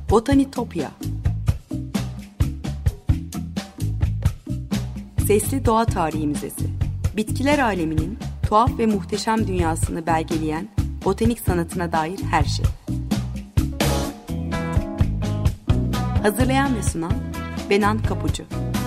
Botanitopya. Sesli Doğa Tarihi Müzesi. Bitkiler aleminin tuhaf ve muhteşem dünyasını belgeleyen botanik sanatına dair her şey. Hazırlayan ve sunan Benan Kapucu.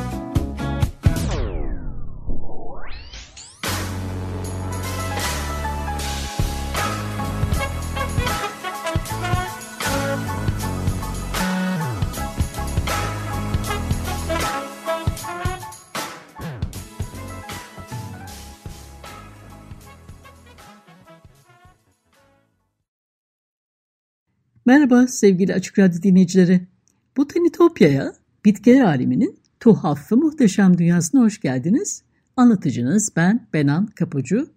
Merhaba sevgili Açık Radyo dinleyicileri. Botanitopya'ya, bitkiler aleminin tuhaf ve muhteşem dünyasına hoş geldiniz. Anlatıcınız ben Benan Kapucu.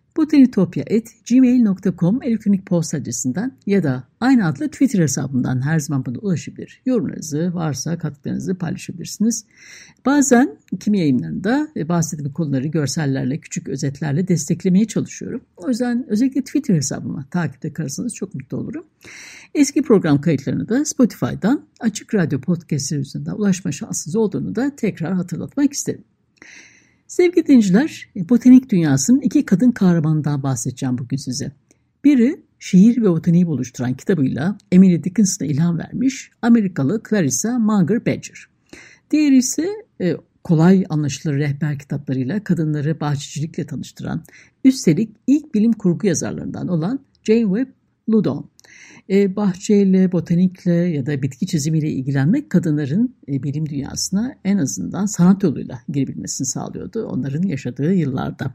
botanitopya@gmail.com elektronik posta adresinden ya da aynı adlı Twitter hesabından her zaman bana ulaşabilir. Yorumlarınızı, varsa katkılarınızı paylaşabilirsiniz. Bazen kimi yayınlarında bahsettiğim konuları görsellerle, küçük özetlerle desteklemeye çalışıyorum. O yüzden özellikle Twitter hesabıma takipte kalırsanız çok mutlu olurum. Eski program kayıtlarını da Spotify'dan Açık Radyo podcastleri üzerinden ulaşma şansınız olduğunu da tekrar hatırlatmak isterim. Sevgili dinleyiciler, botanik dünyasının iki kadın kahramanından bahsedeceğim bugün size. Biri şiir ve botaniği buluşturan kitabıyla Emily Dickinson'a ilham vermiş Amerikalı Clarissa Munger Badger. Diğeri ise kolay anlaşılır rehber kitaplarıyla kadınları bahçecilikle tanıştıran, üstelik ilk bilim kurgu yazarlarından olan Jane Webb Loudon. Bahçeyle, botanikle ya da bitki çizimiyle ilgilenmek kadınların bilim dünyasına en azından sanat yoluyla girebilmesini sağlıyordu onların yaşadığı yıllarda.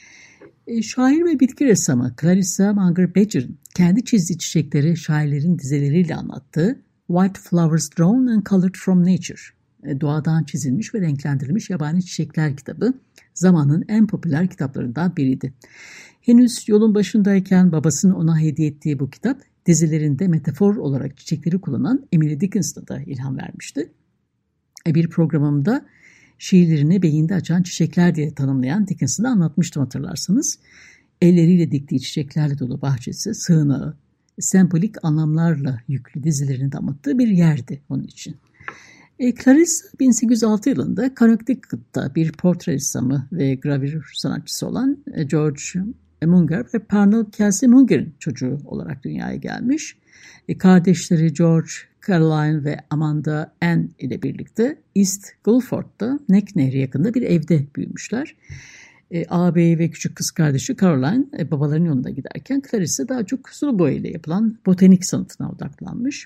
Şair ve bitki ressamı Clarissa Munger Badger'ın kendi çizdiği çiçekleri şairlerin dizeleriyle anlattığı White Flowers Drawn and Colored from Nature, doğadan çizilmiş ve renklendirilmiş yabani çiçekler kitabı zamanın en popüler kitaplarından biriydi. Henüz yolun başındayken babasının ona hediye ettiği bu kitap dizilerinde metafor olarak çiçekleri kullanan Emily Dickinson'a da ilham vermişti. Bir programımda şiirlerini beyinde açan çiçekler diye tanımlayan Dickinson'ı anlatmıştım hatırlarsanız. Elleriyle diktiği çiçeklerle dolu bahçesi, sığınağı, sembolik anlamlarla yüklü dizilerini damıttığı bir yerdi onun için. Clarissa 1806 yılında Connecticut'ta bir portre ressamı ve gravür sanatçısı olan George Munger ve Pernell Kelsey Munger'in çocuğu olarak dünyaya gelmiş. Kardeşleri George, Caroline ve Amanda Ann ile birlikte East Guilford'da Neck Nehri yakında bir evde büyümüşler. Ağabeyi ve küçük kız kardeşi Caroline babalarının yolunda giderken Clarissa daha çok sulu boya ile yapılan botanik sanatına odaklanmış.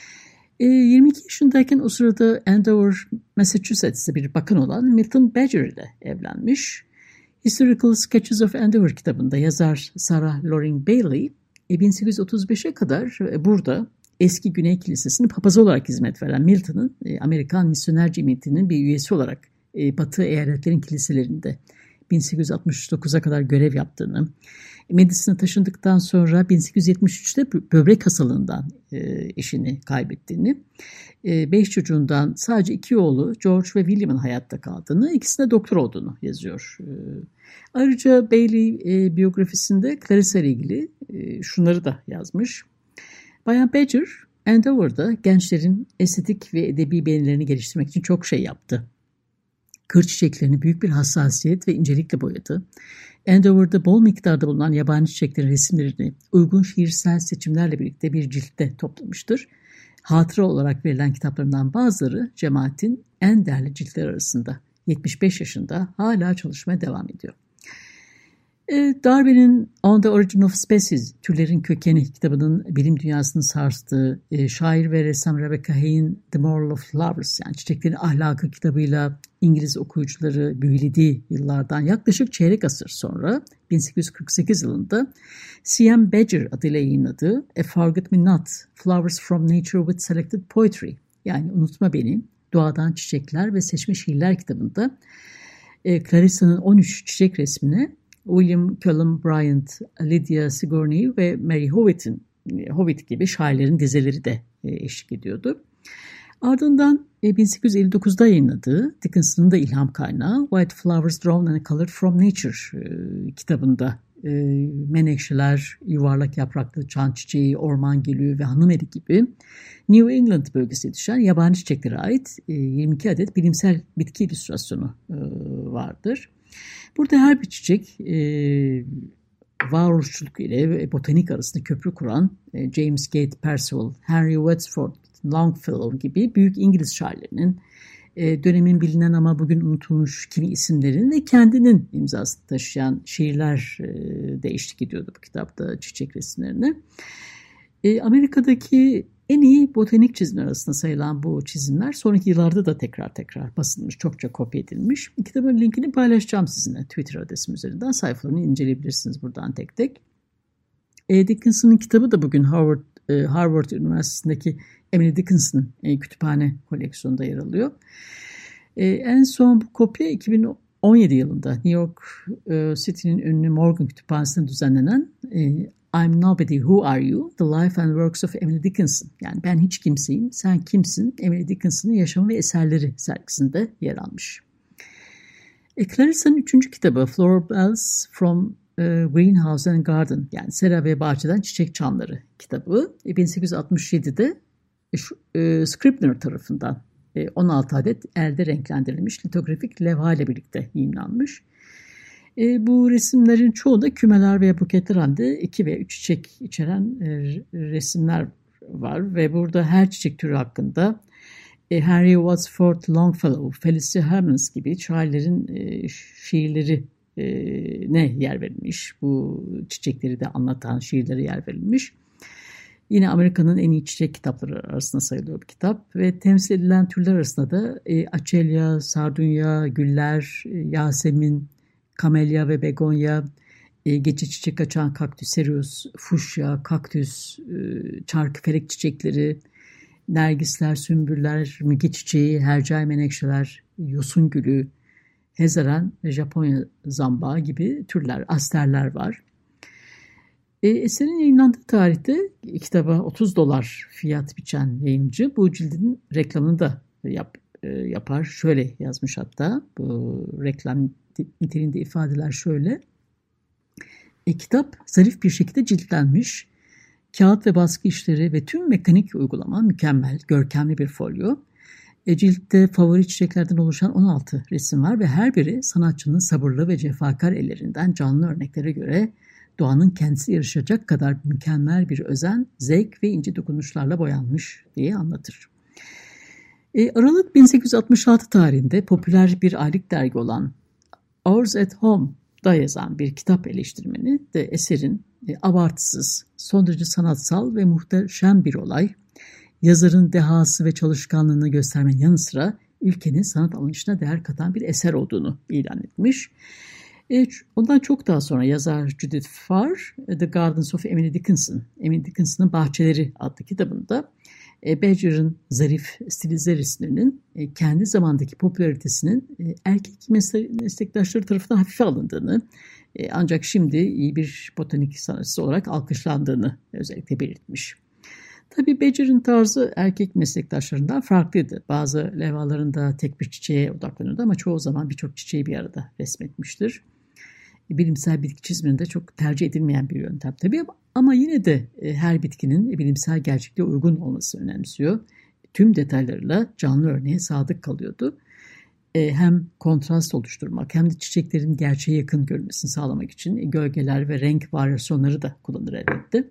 22 yaşındayken o sırada Andover, Massachusetts'te bir bakan olan Milton Badger ile evlenmiş. Historical Sketches of Andover kitabında yazar Sarah Loring Bailey 1835'e kadar burada eski Güney Kilisesi'nin papazı olarak hizmet veren Milton'ın Amerikan Misyoner Cemiyeti'nin bir üyesi olarak Batı eyaletlerin kiliselerinde 1869'a kadar görev yaptığını, Madison'a taşındıktan sonra 1873'te böbrek hastalığından eşini kaybettiğini, 5 çocuğundan sadece 2 oğlu George ve William'ın hayatta kaldığını, ikisine doktor olduğunu yazıyor. Ayrıca Bailey biyografisinde Clarissa ile ilgili şunları da yazmış. Bayan Badger, Andover'da gençlerin estetik ve edebi beğenilerini geliştirmek için çok şey yaptı. Kır çiçeklerini büyük bir hassasiyet ve incelikle boyadı. Andover'da bol miktarda bulunan yabani çiçeklerin resimlerini uygun şiirsel seçimlerle birlikte bir ciltte toplamıştır. Hatıra olarak verilen kitaplarından bazıları cemaatin en değerli ciltleri arasında. 75 yaşında hala çalışmaya devam ediyor. Darwin'in On the Origin of Species, Türlerin Kökeni kitabının bilim dünyasını sarstığı, şair ve ressam Rebecca Hay'in The Moral of Flowers, yani Çiçeklerin Ahlakı kitabıyla İngiliz okuyucuları büyülediği yıllardan yaklaşık çeyrek asır sonra 1848 yılında C.M. Badger adıyla yayınladığı A Forget Me Not, Flowers from Nature with Selected Poetry, yani Unutma Beni, Doğadan Çiçekler ve Seçme Şiirler kitabında Clarissa'nın 13 çiçek resmine William Cullen Bryant, Lydia Sigourney ve Mary Howitt gibi şairlerin dizeleri de eşlik ediyordu. Ardından 1859'da yayınladığı Dickinson'ın da ilham kaynağı White Flowers Drawn and Colored from Nature kitabında menekşeler, yuvarlak yapraklı çan çiçeği, orman gülü ve hanımeri gibi New England bölgesine düşen yabani çiçeklere ait 22 adet bilimsel bitki illüstrasyonu vardır. Burada her bir çiçek varoluşçuluk ile botanik arasında köprü kuran James Gate Percival, Henry Wadsworth Longfellow gibi büyük İngiliz şairlerinin, dönemin bilinen ama bugün unutulmuş kimi isimlerin ve kendinin imzasını taşıyan şiirler de eşlik ediyordu bu kitapta çiçek resimlerine. Amerika'daki en iyi botanik çizimler arasında sayılan bu çizimler sonraki yıllarda da tekrar basılmış, çokça kopya edilmiş. Kitabın linkini paylaşacağım sizinle Twitter adresim üzerinden, sayfalarını inceleyebilirsiniz buradan tek tek. Dickinson'ın kitabı da bugün Harvard Üniversitesi'ndeki Emily Dickinson kütüphane koleksiyonunda yer alıyor. En son bu kopya 2017 yılında New York City'nin ünlü Morgan Kütüphanesi'nde düzenlenen I'm Nobody, Who Are You? The Life and Works of Emily Dickinson. Yani ben hiç kimseyim, sen kimsin? Emily Dickinson'ın yaşamı ve eserleri sergisinde yer almış. Clarissa'nın 3. kitabı Flower Bells from Greenhouse and Garden, yani Sera ve Bahçeden Çiçek Çanları kitabı 1867'de Scribner tarafından 16 adet elde renklendirilmiş litografik levha ile birlikte yayımlanmış. Bu resimlerin çoğu da kümeler veya buketler halinde 2 ve 3 çiçek içeren resimler var ve burada her çiçek türü hakkında Henry Wadsworth Longfellow, Felicia Hemans gibi şairlerin şiirleri ne yer verilmiş. Bu çiçekleri de anlatan şiirlere yer verilmiş. Yine Amerika'nın en iyi çiçek kitapları arasında sayılıyor bu kitap ve temsil edilen türler arasında da açelya, sardunya, güller, yasemin, kamelya ve begonya, gece çiçek açan kaktüs, serius, fuşya, kaktüs, çarkıfelek çiçekleri, nergisler, sümbüller, müge çiçeği, hercai menekşeler, yosun gülü, hezaran ve Japonya zambağı gibi türler, asterler var. Eserin yayınlandığı tarihte kitaba $30 fiyat biçen yayıncı bu cildin reklamını da yapar. Şöyle yazmış hatta, bu reklam niteliğinde ifadeler şöyle. Kitap zarif bir şekilde ciltlenmiş. Kağıt ve baskı işleri ve tüm mekanik uygulama mükemmel, görkemli bir folyo. Ciltte favori çiçeklerden oluşan 16 resim var ve her biri sanatçının sabırlı ve cefakar ellerinden canlı örneklere göre doğanın kendisi yarışacak kadar mükemmel bir özen, zevk ve ince dokunuşlarla boyanmış diye anlatır. Aralık 1866 tarihinde popüler bir aylık dergi olan Ours at Home'da yazan bir kitap eleştirmeni de eserin abartısız, son derece sanatsal ve muhteşem bir olay, yazarın dehası ve çalışkanlığını göstermenin yanı sıra ülkenin sanat anlayışına değer katan bir eser olduğunu ilan etmiş. Ondan çok daha sonra yazar Judith Farr, The Gardens of Emily Dickinson, Emily Dickinson'ın Bahçeleri adlı kitabında Badger'ın zarif stilize resimlerinin kendi zamandaki popülaritesinin erkek meslektaşları tarafından hafife alındığını, ancak şimdi iyi bir botanik sanatçısı olarak alkışlandığını özellikle belirtmiş. Tabii Badger'ın tarzı erkek meslektaşlarından farklıydı. Bazı levhalarında tek bir çiçeğe odaklanıyordu ama çoğu zaman birçok çiçeği bir arada resmetmiştir. Bilimsel bitki çiziminde çok tercih edilmeyen bir yöntem tabii ama yine de her bitkinin bilimsel gerçekliğe uygun olması önemsiyor. Tüm detaylarıyla canlı örneğe sadık kalıyordu. Hem kontrast oluşturmak hem de çiçeklerin gerçeğe yakın görünmesini sağlamak için gölgeler ve renk varyasyonları da kullanır elbette.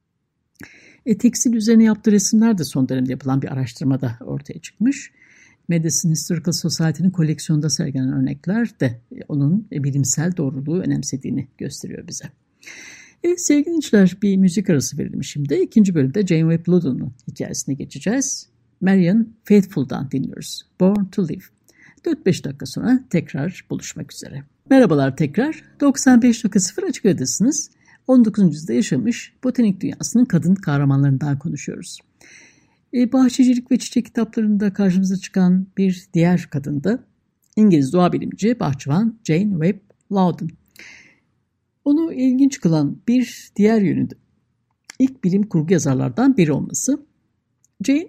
Tekstil üzerine yaptığı resimler de son dönemde yapılan bir araştırmada ortaya çıkmış. Madison Historical Society'nin koleksiyonunda sergilenen örnekler de onun bilimsel doğruluğu önemsediğini gösteriyor bize. Sevgili dinleyiciler, bir müzik arası verelim şimdi. İkinci bölümde Janeway Blood'un hikayesine geçeceğiz. Marian Faithfull'dan dinliyoruz. Born to Live. 4-5 dakika sonra tekrar buluşmak üzere. Merhabalar tekrar. 95.0 Açık Radyo'dasınız. 19. yüzyılda yaşamış botanik dünyasının kadın kahramanlarından konuşuyoruz. Bahçecilik ve çiçek kitaplarında karşımıza çıkan bir diğer kadın da İngiliz doğa bilimci bahçıvan Jane Webb Loudon. Onu ilginç kılan bir diğer yönü de ilk bilim kurgu yazarlardan biri olması. Jane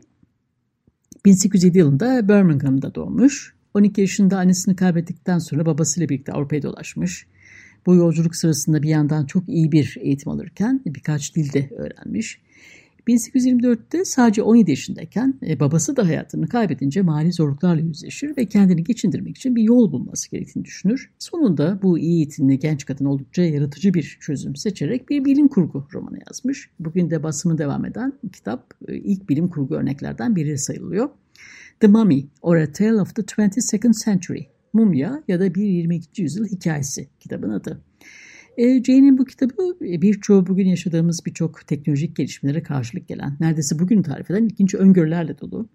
1807 yılında Birmingham'da doğmuş. 12 yaşında annesini kaybettikten sonra babasıyla birlikte Avrupa'ya dolaşmış. Bu yolculuk sırasında bir yandan çok iyi bir eğitim alırken birkaç dil de öğrenmiş. 1824'te sadece 17 yaşındayken babası da hayatını kaybedince mali zorluklarla yüzleşir ve kendini geçindirmek için bir yol bulması gerektiğini düşünür. Sonunda bu iyi eğitimli genç kadın oldukça yaratıcı bir çözüm seçerek bir bilim kurgu romanı yazmış. Bugün de basımı devam eden kitap ilk bilim kurgu örneklerden biri sayılıyor. The Mummy or A Tale of the 22nd Century, Mumya ya da bir 22. yüzyıl hikayesi kitabın adı. Jane'in bu kitabı birçoğu bugün yaşadığımız birçok teknolojik gelişmelere karşılık gelen, neredeyse bugün tarif eden ilginç öngörülerle dolu.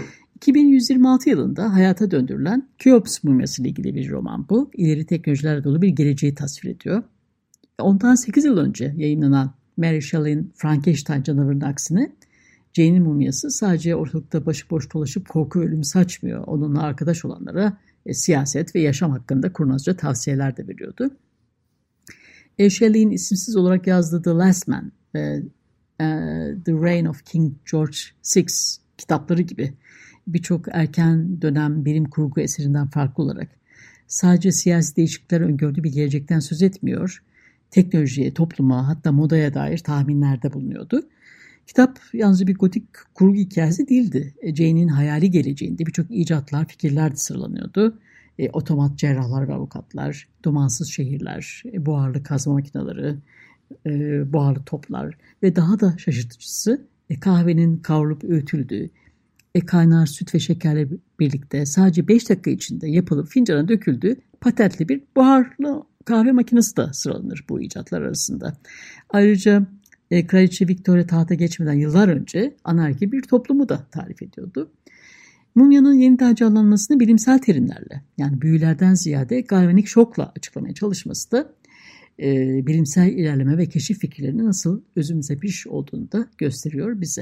2126 yılında hayata döndürülen Keops mumyası ile ilgili bir roman bu. İleri teknolojilerle dolu bir geleceği tasvir ediyor. Ondan 8 yıl önce yayınlanan Mary Shelley'in Frankenstein canavarının aksine Jane'in mumyası sadece ortalıkta başıboş dolaşıp korku ölümü saçmıyor. Onunla arkadaş olanlara siyaset ve yaşam hakkında kurnazca tavsiyeler de veriyordu. Shelley'in isimsiz olarak yazdığı The Last Man ve The Reign of King George VI kitapları gibi birçok erken dönem bilim kurgu eserinden farklı olarak sadece siyasi değişiklikler öngördüğü bir gelecekten söz etmiyor, teknolojiye, topluma, hatta modaya dair tahminlerde bulunuyordu. Kitap yalnızca bir gotik kurgu hikayesi değildi. Jane'in hayali geleceğinde birçok icatlar, fikirler de sıralanıyordu. Otomat cerrahlar ve avukatlar, dumansız şehirler, buharlı kazma makineleri, buharlı toplar ve daha da şaşırtıcısı kahvenin kavrulup öğütüldüğü, kaynar süt ve şekerle birlikte sadece 5 dakika içinde yapılıp fincana döküldüğü patentli bir buharlı kahve makinesi de sıralanır bu icatlar arasında. Ayrıca Kraliçe Victoria tahta geçmeden yıllar önce anarki bir toplumu da tarif ediyordu. Mumyanın yeniden canlanmasını bilimsel terimlerle, yani büyülerden ziyade galvanik şokla açıklamaya çalışması da bilimsel ilerleme ve keşif fikirlerinin nasıl özümüze bir olduğunu da gösteriyor bize.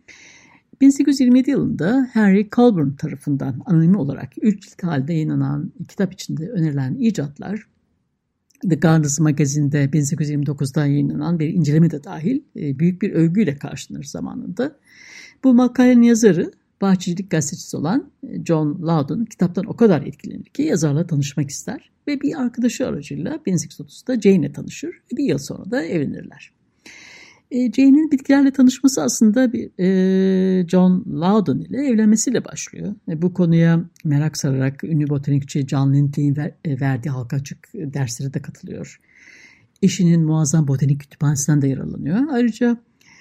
1827 yılında Henry Colburn tarafından anonim olarak 3 cilt halde yayınlanan kitap içinde önerilen icatlar, The Gardens Magazine'de 1829'da yayınlanan bir inceleme de dahil büyük bir övgüyle karşılanır zamanında. Bu makalenin yazarı, bahçecilik gazetecisi olan John Loudon kitaptan o kadar etkilenir ki yazarla tanışmak ister ve bir arkadaşı aracılığıyla 1830'da Jane'le tanışır ve bir yıl sonra da evlenirler. Jane'in bitkilerle tanışması aslında John Loudon ile evlenmesiyle başlıyor. Bu konuya merak sararak ünlü botanikçi John Lindley'in verdiği halka açık derslere de katılıyor. Eşinin muazzam botanik kütüphanesinden de yararlanıyor. Ayrıca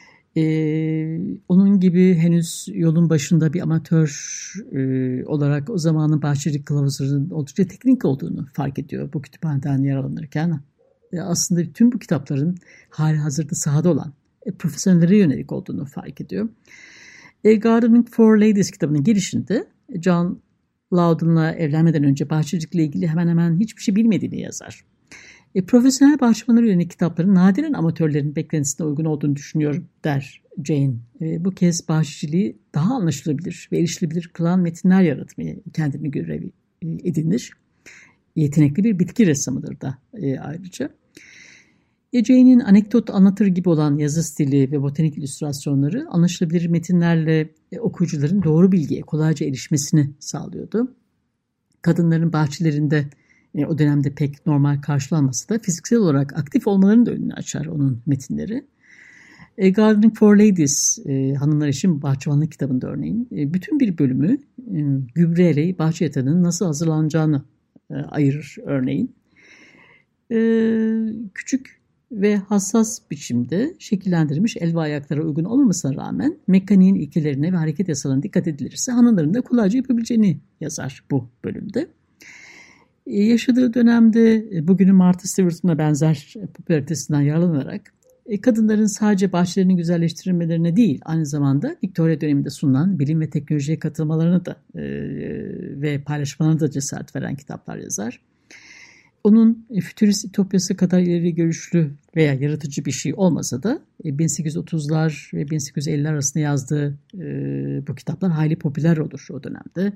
onun gibi henüz yolun başında bir amatör olarak o zamanın bahçecilik kılavuzlarının oldukça teknik olduğunu fark ediyor bu kütüphaneden yararlanırken. Aslında tüm bu kitapların hali hazırda sahada olan profesyonellere yönelik olduğunu fark ediyor. Gardening for Ladies kitabının girişinde John Loudon'la evlenmeden önce bahçecilikle ilgili hemen hemen hiçbir şey bilmediğini yazar. Profesyonel bahçıvanlara yönelik kitapların nadiren amatörlerin beklentisine uygun olduğunu düşünüyorum der Jane. Bu kez bahçeciliği daha anlaşılabilir ve erişilebilir kılan metinler yaratmaya kendini görev edinir. Yetenekli bir bitki ressamıdır da ayrıca. Jane'in anekdot anlatır gibi olan yazı stili ve botanik illüstrasyonları anlaşılabilir metinlerle okuyucuların doğru bilgiye kolayca erişmesini sağlıyordu. Kadınların bahçelerinde o dönemde pek normal karşılanmasa da fiziksel olarak aktif olmalarının da önünü açar onun metinleri. Gardening for Ladies, hanımlar için bahçıvanlık kitabında örneğin bütün bir bölümü gübreyle bahçe yatağının nasıl hazırlanacağını ayırır örneğin. Küçük ve hassas biçimde şekillendirilmiş el ve ayaklara uygun olmamasına rağmen mekaniğin ilkelerine ve hareket yasalarına dikkat edilirse hanımların da kolayca yapabileceğini yazar bu bölümde. Yaşadığı dönemde bugünün Martha Stewart'una benzer popülaritesinden yararlanarak kadınların sadece bahçelerinin güzelleştirilmelerine değil, aynı zamanda Victoria döneminde sunulan bilim ve teknolojiye katılmalarını da ve paylaşmalarına da cesaret veren kitaplar yazar. Onun fütürist ütopyası kadar ileri görüşlü veya yaratıcı bir şey olmasa da 1830'lar ve 1850'ler arasında yazdığı bu kitaplar hayli popüler olur o dönemde.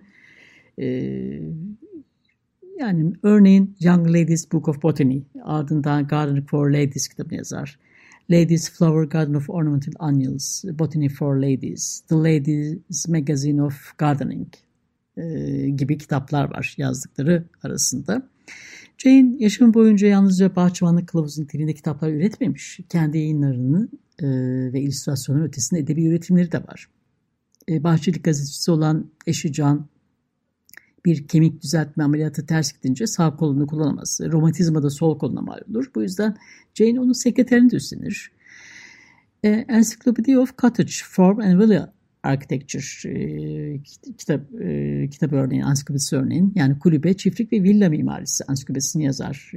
Yani örneğin Young Ladies Book of Botany, ardından Gardening for Ladies kitabını yazar. Ladies Flower Garden of Ornamental Annuals, Botany for Ladies, The Ladies Magazine of Gardening gibi kitaplar var yazdıkları arasında. Jane yaşamı boyunca yalnızca bahçıvanlık kılavuzu niteliğinde kitaplar üretmemiş. Kendi yayınlarını ve illüstrasyonun ötesinde edebi üretimleri de var. Bahçelik gazetecisi olan eşi John bir kemik düzeltme ameliyatı ters gidince sağ kolunu kullanamaz. Romatizmada sol koluna mal olur. Bu yüzden Jane onun sekreterini de üstlenir. Encyclopedia of Cottage, Farm and Villa Architecture kitap örneğin, ansiklopedisi örneğin, yani kulübe, çiftlik ve villa mimarisi ansiklopedisini yazar.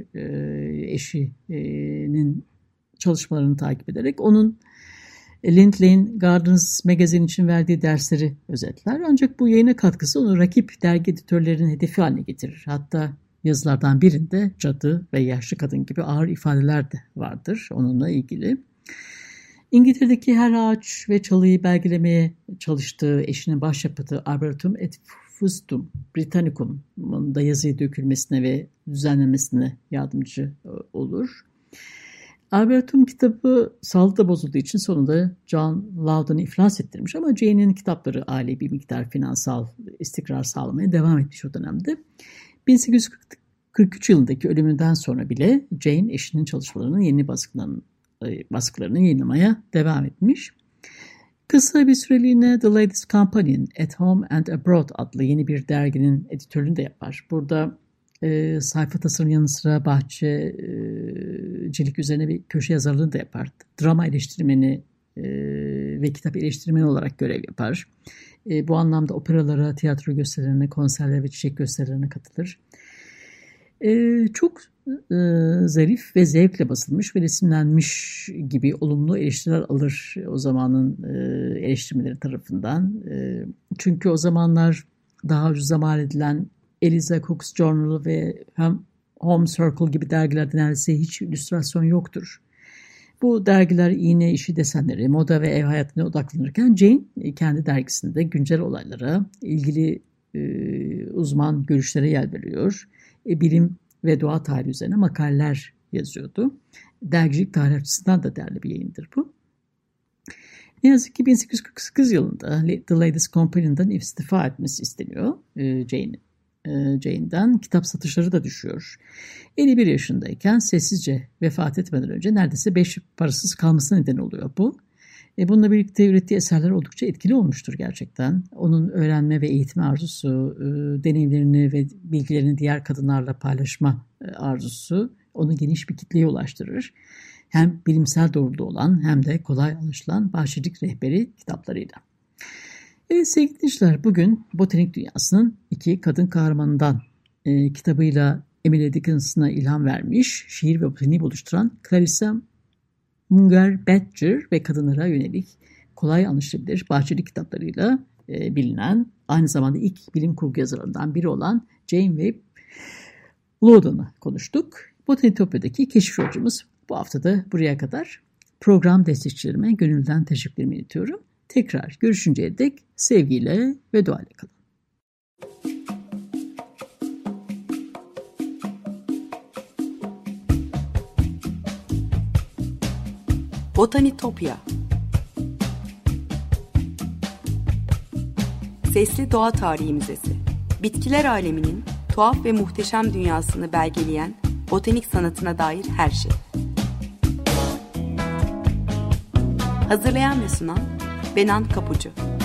Eşinin çalışmalarını takip ederek onun Lindley'in Gardens Magazine için verdiği dersleri özetler. Ancak bu yayına katkısı onu rakip dergi editörlerinin hedefi haline getirir. Hatta yazılardan birinde cadı ve yaşlı kadın gibi ağır ifadeler de vardır onunla ilgili. İngiltere'deki her ağaç ve çalıyı belgelemeye çalıştığı eşinin başyapıtı Arboretum et Fustum Britannicum'un da yazıya dökülmesine ve düzenlenmesine yardımcı olur. Arboretum kitabı sağlıkta bozulduğu için sonunda John Loudon'u iflas ettirmiş ama Jane'in kitapları aileye bir miktar finansal istikrar sağlamaya devam etmiş o dönemde. 1843 yılındaki ölümünden sonra bile Jane eşinin çalışmalarının yeni baskılarını yayınlamaya devam etmiş. Kısa bir süreliğine The Ladies' Companion, At Home and Abroad adlı yeni bir derginin editörlüğünü de yapar. Burada sayfa tasarımının yanı sıra bahçecilik üzerine bir köşe yazarlığını da yapar. Drama eleştirmeni ve kitap eleştirmeni olarak görev yapar. Bu anlamda operalara, tiyatro gösterilerine, konserlere ve çiçek gösterilerine katılır. Çok zarif ve zevkle basılmış ve resimlenmiş gibi olumlu eleştiriler alır o zamanın eleştirmenleri tarafından. Çünkü o zamanlar daha ucuza mal edilen Eliza Cook's Journal ve Home Circle gibi dergilerde neredeyse hiç illüstrasyon yoktur. Bu dergiler iğne işi desenleri, moda ve ev hayatına odaklanırken Jane kendi dergisinde güncel olaylara, ilgili uzman görüşlere yer veriyor. Bilim ve doğa tarihi üzerine makaleler yazıyordu. Dergicilik tarihi açısından da değerli bir yayındır bu. Ne yazık ki 1848 yılında The Ladies' Companion'dan istifa etmesi isteniyor Jane'den. Kitap satışları da düşüyor. 51 yaşındayken sessizce vefat etmeden önce neredeyse 5 parasız kalmasına neden oluyor bu. Bununla birlikte ürettiği eserler oldukça etkili olmuştur gerçekten. Onun öğrenme ve eğitme arzusu, deneyimlerini ve bilgilerini diğer kadınlarla paylaşma arzusu onu geniş bir kitleye ulaştırır. Hem bilimsel doğruluğu olan hem de kolay anlaşılan bahçecilik rehberi kitaplarıyla. Evet sevgili dinleyiciler, bugün botanik dünyasının iki kadın kahramanından kitabıyla Emily Dickinson'a ilham vermiş, şiir ve botaniği oluşturan Clarissa Munger Badger ve kadınlara yönelik kolay anlaşılabilir bahçecilik kitaplarıyla bilinen, aynı zamanda ilk bilim kurgu yazarlarından biri olan Jane Webb Loudon'u konuştuk. Botanitopya'daki keşif yolcumuz bu hafta da buraya kadar. Program destekçilerime gönülden teşekkürlerimi iletiyorum. Tekrar görüşünceye dek sevgiyle ve duayla kalın. Botanitopya. Sesli Doğa Tarihi Müzesi. Bitkiler aleminin tuhaf ve muhteşem dünyasını belgeleyen botanik sanatına dair her şey. Hazırlayan ve sunan Benan Kapucu.